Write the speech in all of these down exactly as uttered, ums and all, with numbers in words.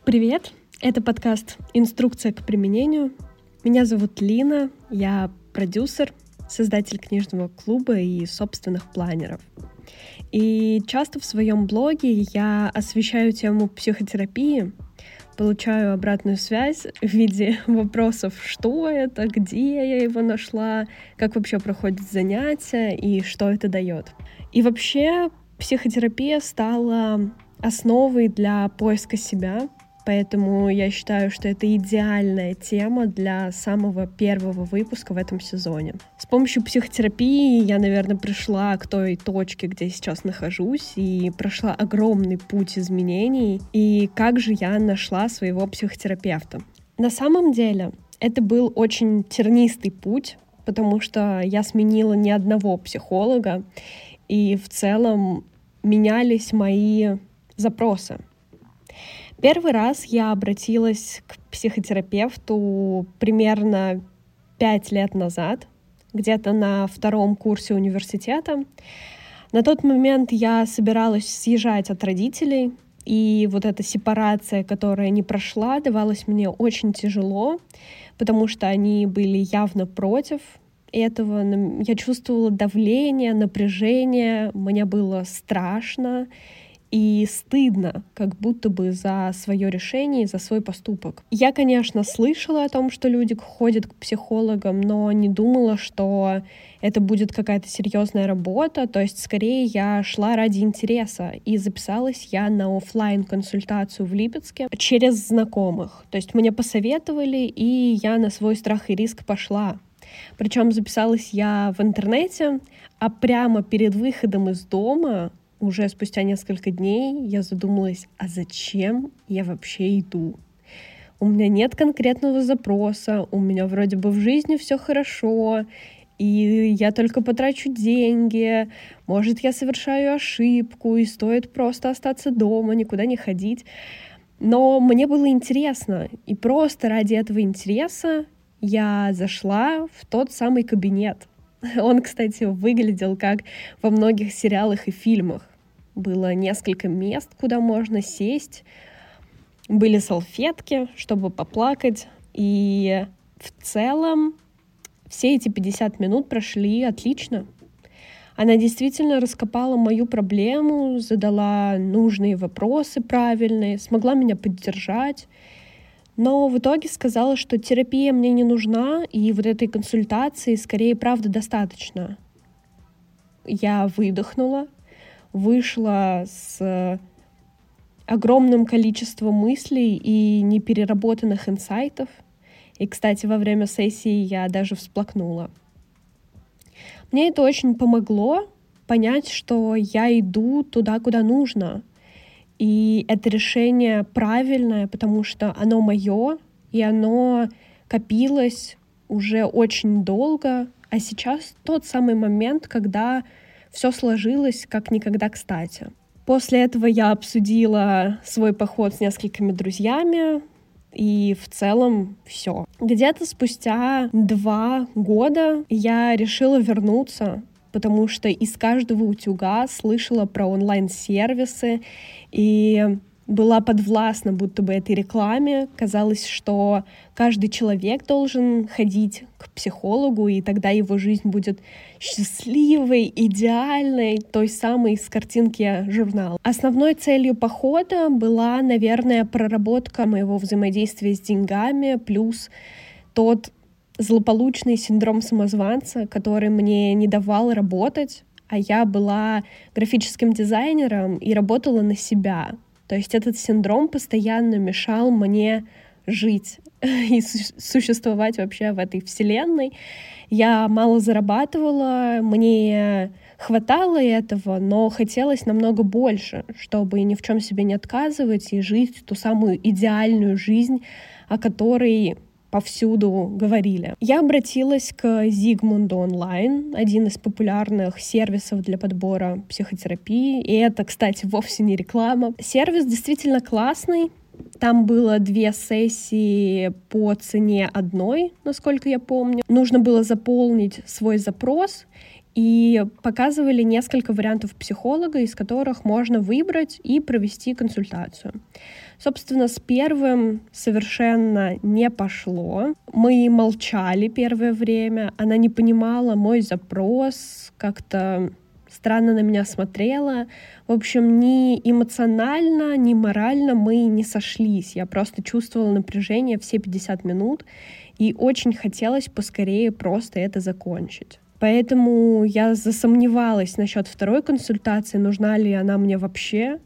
Привет! Это подкаст «Инструкция к применению». Меня зовут Лина, я продюсер, создатель книжного клуба и собственных планеров. И часто в своем блоге я освещаю тему психотерапии, получаю обратную связь в виде вопросов, что это, где я его нашла, как вообще проходят занятия и что это дает. И вообще психотерапия стала основой для поиска себя, поэтому я считаю, что это идеальная тема для самого первого выпуска в этом сезоне. С помощью психотерапии я, наверное, пришла к той точке, где я сейчас нахожусь, и прошла огромный путь изменений. И как же я нашла своего психотерапевта? На самом деле, это был очень тернистый путь, потому что я сменила не одного психолога, и в целом менялись мои запросы. Первый раз я обратилась к психотерапевту примерно пять лет назад, где-то на втором курсе университета. На тот момент я собиралась съезжать от родителей, и вот эта сепарация, которая не прошла, давалась мне очень тяжело, потому что они были явно против этого. Я чувствовала давление, напряжение, мне было страшно и стыдно, как будто бы за свое решение, за свой поступок. Я, конечно, слышала о том, что люди ходят к психологам, но не думала, что это будет какая-то серьезная работа. То есть, скорее, я шла ради интереса, и записалась я на офлайн-консультацию в Липецке через знакомых. То есть мне посоветовали, и я на свой страх и риск пошла. Причем записалась я в интернете, а прямо перед выходом из дома уже спустя несколько дней я задумалась, а зачем я вообще иду? У меня нет конкретного запроса, у меня вроде бы в жизни все хорошо, и я только потрачу деньги, может, я совершаю ошибку, и стоит просто остаться дома, никуда не ходить. Но мне было интересно, и просто ради этого интереса я зашла в тот самый кабинет. Он, кстати, выглядел как во многих сериалах и фильмах. Было несколько мест, куда можно сесть. Были салфетки, чтобы поплакать. И в целом все эти пятьдесят минут прошли отлично. Она действительно раскопала мою проблему, задала нужные вопросы правильные, смогла меня поддержать. Но в итоге сказала, что терапия мне не нужна, и вот этой консультации скорее правда достаточно. Я выдохнула, вышла с огромным количеством мыслей и непереработанных инсайтов. И, кстати, во время сессии я даже всплакнула. Мне это очень помогло понять, что я иду туда, куда нужно. И это решение правильное, потому что оно мое, и оно копилось уже очень долго, а сейчас тот самый момент, когда все сложилось как никогда кстати. После этого я обсудила свой поход с несколькими друзьями, и в целом все. Где-то спустя два года я решила вернуться, потому что из каждого утюга слышала про онлайн-сервисы и была подвластна будто бы этой рекламе. Казалось, что каждый человек должен ходить к психологу, и тогда его жизнь будет счастливой, идеальной, той самой с картинки журнала. Основной целью похода была, наверное, проработка моего взаимодействия с деньгами, плюс тот злополучный синдром самозванца, который мне не давал работать, а я была графическим дизайнером и работала на себя. То есть этот синдром постоянно мешал мне жить и существовать вообще в этой вселенной. Я мало зарабатывала, мне хватало этого, но хотелось намного больше, чтобы ни в чем себе не отказывать и жить ту самую идеальную жизнь, о которой повсюду говорили. Я обратилась к Zigmund онлайн, один из популярных сервисов для подбора психотерапии. И это, кстати, вовсе не реклама. Сервис действительно классный. Там было две сессии по цене одной, насколько я помню. Нужно было заполнить свой запрос, и показывали несколько вариантов психолога, из которых можно выбрать и провести консультацию. Собственно, с первым совершенно не пошло. Мы молчали первое время, она не понимала мой запрос, как-то странно на меня смотрела. В общем, ни эмоционально, ни морально мы не сошлись. Я просто чувствовала напряжение все пятьдесят минут, и очень хотелось поскорее просто это закончить. Поэтому я засомневалась насчет второй консультации, нужна ли она мне вообще,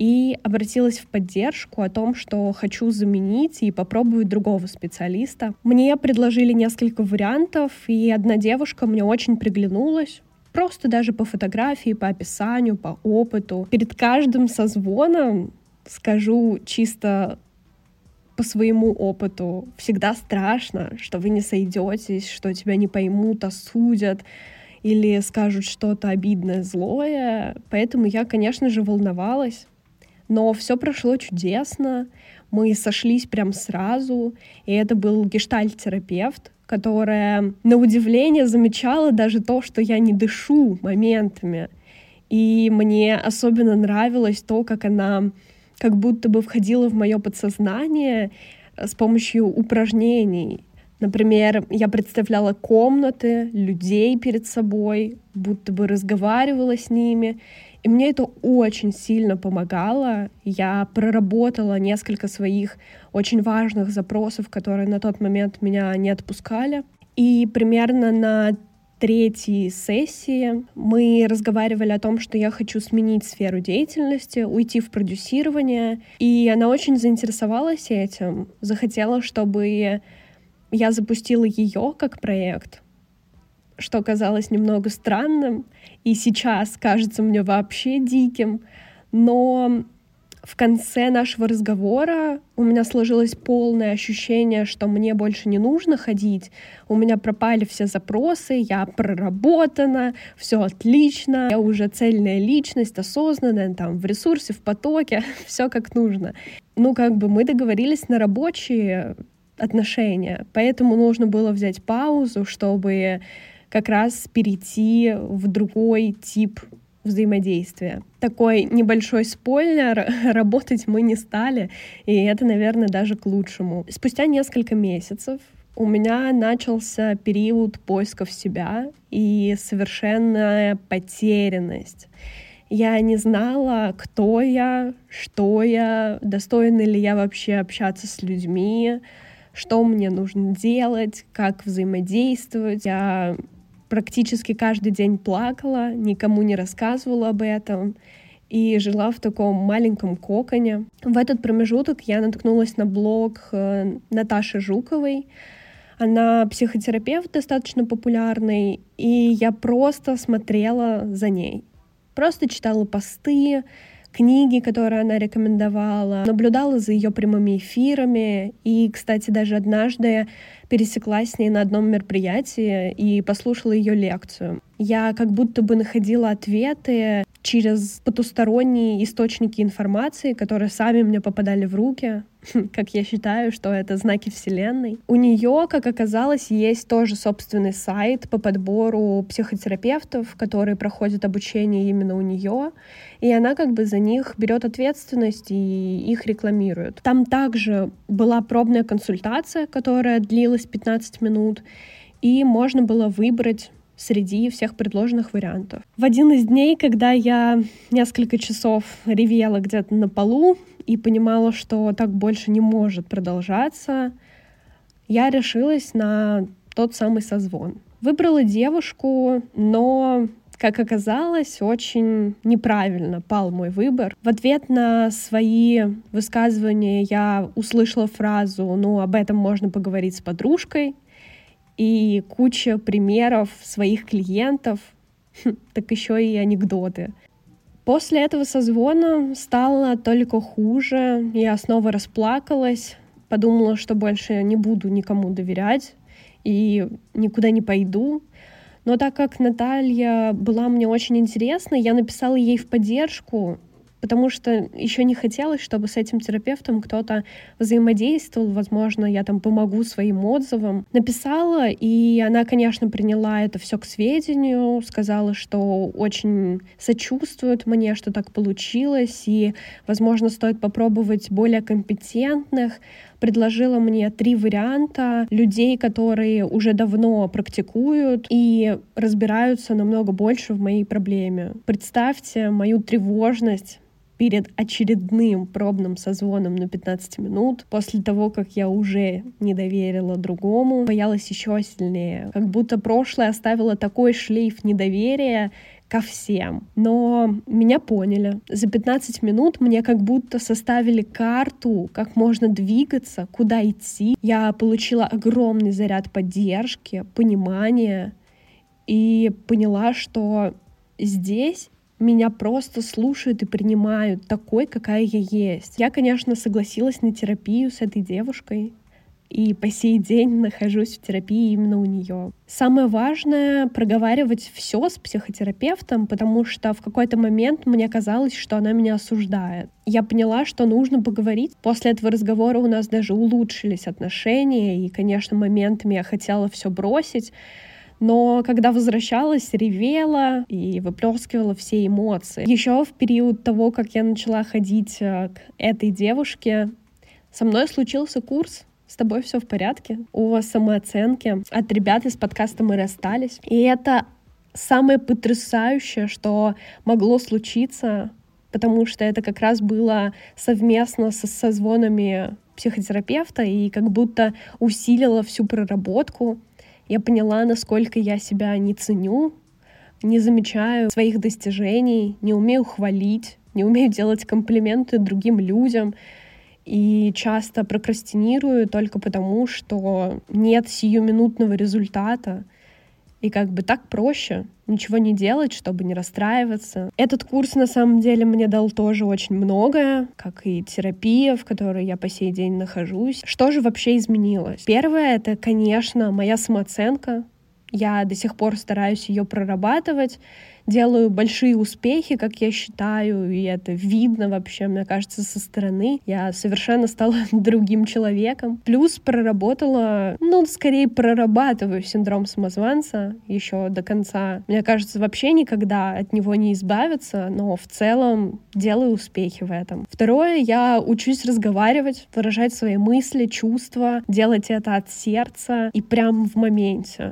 и обратилась в поддержку о том, что хочу заменить и попробовать другого специалиста. Мне предложили несколько вариантов, и одна девушка мне очень приглянулась. Просто даже по фотографии, по описанию, по опыту. Перед каждым созвоном, скажу чисто по своему опыту, всегда страшно, что вы не сойдетесь, что тебя не поймут, осудят или скажут что-то обидное, злое. Поэтому я, конечно же, волновалась. Но все прошло чудесно. Мы сошлись прям сразу. И это был гештальт-терапевт, которая, на удивление, замечала даже то, что я не дышу моментами. И мне особенно нравилось то, как она как будто бы входила в мое подсознание с помощью упражнений. Например, я представляла комнаты, людей перед собой, будто бы разговаривала с ними. И мне это очень сильно помогало. Я проработала несколько своих очень важных запросов, которые на тот момент меня не отпускали. И примерно на третьей сессии мы разговаривали о том, что я хочу сменить сферу деятельности, уйти в продюсирование. И она очень заинтересовалась этим, захотела, чтобы я запустила ее как проект, что казалось немного странным, и сейчас кажется мне вообще диким. Но в конце нашего разговора у меня сложилось полное ощущение, что мне больше не нужно ходить. У меня пропали все запросы, я проработана, все отлично, я уже цельная личность, осознанная, там, в ресурсе, в потоке, все как нужно. Ну, как бы мы договорились на рабочие отношения, поэтому нужно было взять паузу, чтобы как раз перейти в другой тип взаимодействия. Такой небольшой спойлер, работать мы не стали, и это, наверное, даже к лучшему. Спустя несколько месяцев у меня начался период поисков себя и совершенная потерянность. Я не знала, кто я, что я, достойна ли я вообще общаться с людьми, что мне нужно делать, как взаимодействовать. Я практически каждый день плакала, никому не рассказывала об этом и жила в таком маленьком коконе. В этот промежуток я наткнулась на блог Наташи Жуковой. Она психотерапевт достаточно популярный, и я просто смотрела за ней. Просто читала посты, книги, которые она рекомендовала, наблюдала за ее прямыми эфирами и, кстати, даже однажды пересеклась с ней на одном мероприятии и послушала ее лекцию. Я как будто бы находила ответы через потусторонние источники информации, которые сами мне попадали в руки, как я считаю, что это знаки Вселенной. У нее, как оказалось, есть тоже собственный сайт по подбору психотерапевтов, которые проходят обучение именно у нее, и она как бы за них берет ответственность и их рекламирует. Там также была пробная консультация, которая длилась пятнадцать минут, и можно было выбрать среди всех предложенных вариантов. В один из дней, когда я несколько часов ревела где-то на полу и понимала, что так больше не может продолжаться, я решилась на тот самый созвон. Выбрала девушку, но, как оказалось, очень неправильно пал мой выбор. В ответ на свои высказывания я услышала фразу «ну, об этом можно поговорить с подружкой», и куча примеров своих клиентов, так еще и анекдоты. После этого созвона стало только хуже. Я снова расплакалась, подумала, что больше не буду никому доверять и никуда не пойду. Но так как Наталья была мне очень интересна, я написала ей в поддержку потому что еще не хотелось, чтобы с этим терапевтом кто-то взаимодействовал. Возможно, я там помогу своим отзывом. Написала, и она, конечно, приняла это все к сведению, сказала, что очень сочувствует мне, что так получилось, и, возможно, стоит попробовать более компетентных. Предложила мне три варианта людей, которые уже давно практикуют и разбираются намного больше в моей проблеме. Представьте мою тревожность перед очередным пробным созвоном на пятнадцать минут, после того, как я уже не доверила другому, боялась еще сильнее. Как будто прошлое оставило такой шлейф недоверия ко всем. Но меня поняли. За пятнадцать минут мне как будто составили карту, как можно двигаться, куда идти. Я получила огромный заряд поддержки, понимания и поняла, что здесь меня просто слушают и принимают такой, какая я есть. Я, конечно, согласилась на терапию с этой девушкой, и по сей день нахожусь в терапии именно у нее. Самое важное — проговаривать все с психотерапевтом, потому что в какой-то момент мне казалось, что она меня осуждает. Я поняла, что нужно поговорить. После этого разговора у нас даже улучшились отношения, и, конечно, моментами я хотела все бросить, но когда возвращалась, ревела и выплескивала все эмоции. Еще в период того, как я начала ходить к этой девушке, со мной случился курс «С тобой все в порядке» о самооценке от ребят из подкаста «Мы расстались». И это самое потрясающее, что могло случиться, потому что это как раз было совместно со созвонами психотерапевта и как будто усилило всю проработку. Я поняла, насколько я себя не ценю, не замечаю своих достижений, не умею хвалить, не умею делать комплименты другим людям и часто прокрастинирую только потому, что нет сиюминутного результата. И как бы так проще ничего не делать, чтобы не расстраиваться. Этот курс на самом деле мне дал тоже очень многое, как и терапия, в которой я по сей день нахожусь. Что же вообще изменилось? Первое — это, конечно, моя самооценка. Я до сих пор стараюсь ее прорабатывать, делаю большие успехи, как я считаю, и это видно вообще, мне кажется, со стороны. Я совершенно стала другим человеком. Плюс проработала, ну, скорее прорабатываю синдром самозванца еще до конца. Мне кажется, вообще никогда от него не избавиться, но в целом делаю успехи в этом. Второе, я учусь разговаривать, выражать свои мысли, чувства, делать это от сердца и прям в моменте.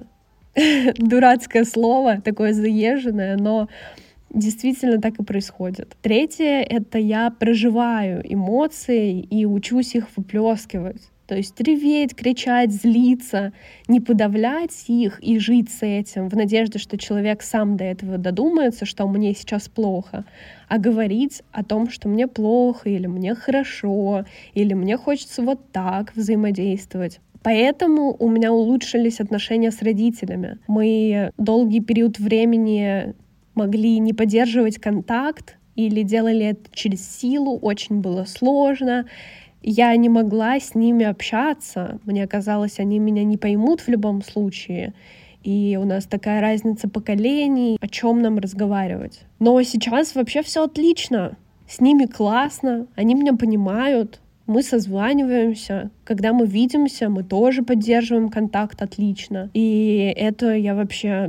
Дурацкое слово, такое заезженное, но действительно так и происходит. Третье — это я проживаю эмоции и учусь их выплескивать. То есть реветь, кричать, злиться, не подавлять их и жить с этим в надежде, что человек сам до этого додумается, что мне сейчас плохо, а говорить о том, что мне плохо или мне хорошо, или мне хочется вот так взаимодействовать. Поэтому у меня улучшились отношения с родителями. Мы долгий период времени могли не поддерживать контакт или делали это через силу, очень было сложно. Я не могла с ними общаться. Мне казалось, они меня не поймут в любом случае. И у нас такая разница поколений, о чем нам разговаривать. Но сейчас вообще все отлично. С ними классно, они меня понимают. Мы созваниваемся, когда мы видимся, мы тоже поддерживаем контакт отлично. И это я вообще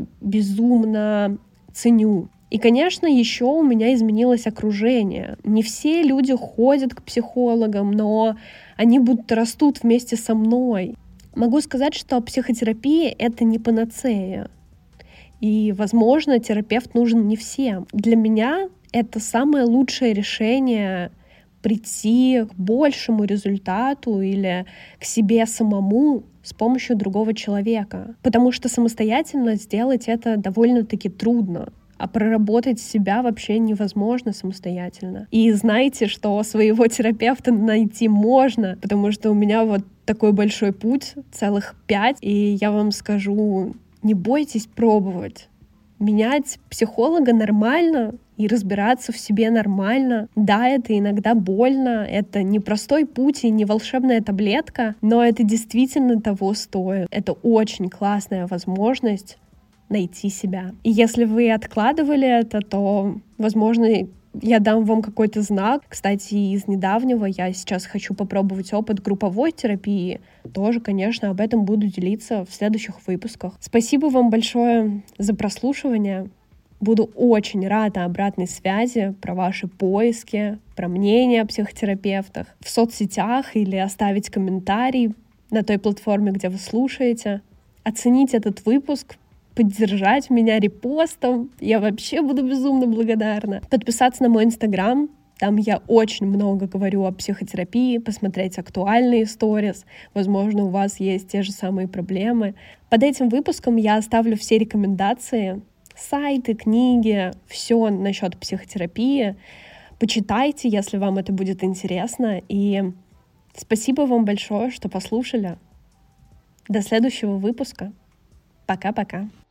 безумно ценю. И, конечно, еще у меня изменилось окружение. Не все люди ходят к психологам, но они будто растут вместе со мной. Могу сказать, что психотерапия — это не панацея. И, возможно, терапевт нужен не всем. Для меня это самое лучшее решение — прийти к большему результату или к себе самому с помощью другого человека. Потому что самостоятельно сделать это довольно-таки трудно, а проработать себя вообще невозможно самостоятельно. И знаете, что своего терапевта найти можно, потому что у меня вот такой большой путь, целых пять, и я вам скажу, не бойтесь пробовать. Менять психолога нормально и разбираться в себе нормально. Да, это иногда больно, это не простой путь и не волшебная таблетка, но это действительно того стоит. Это очень классная возможность найти себя. И если вы откладывали это, то, возможно, я дам вам какой-то знак. Кстати, из недавнего я сейчас хочу попробовать опыт групповой терапии. Тоже, конечно, об этом буду делиться в следующих выпусках. Спасибо вам большое за прослушивание. Буду очень рада обратной связи про ваши поиски, про мнения о психотерапевтах в соцсетях или оставить комментарий на той платформе, где вы слушаете. Оценить этот выпуск, поддержать меня репостом. Я вообще буду безумно благодарна. Подписаться на мой инстаграм. Там я очень много говорю о психотерапии, посмотреть актуальные сторис. Возможно, у вас есть те же самые проблемы. Под этим выпуском я оставлю все рекомендации, сайты, книги, все насчет психотерапии. Почитайте, если вам это будет интересно. И спасибо вам большое, что послушали. До следующего выпуска. Пока-пока.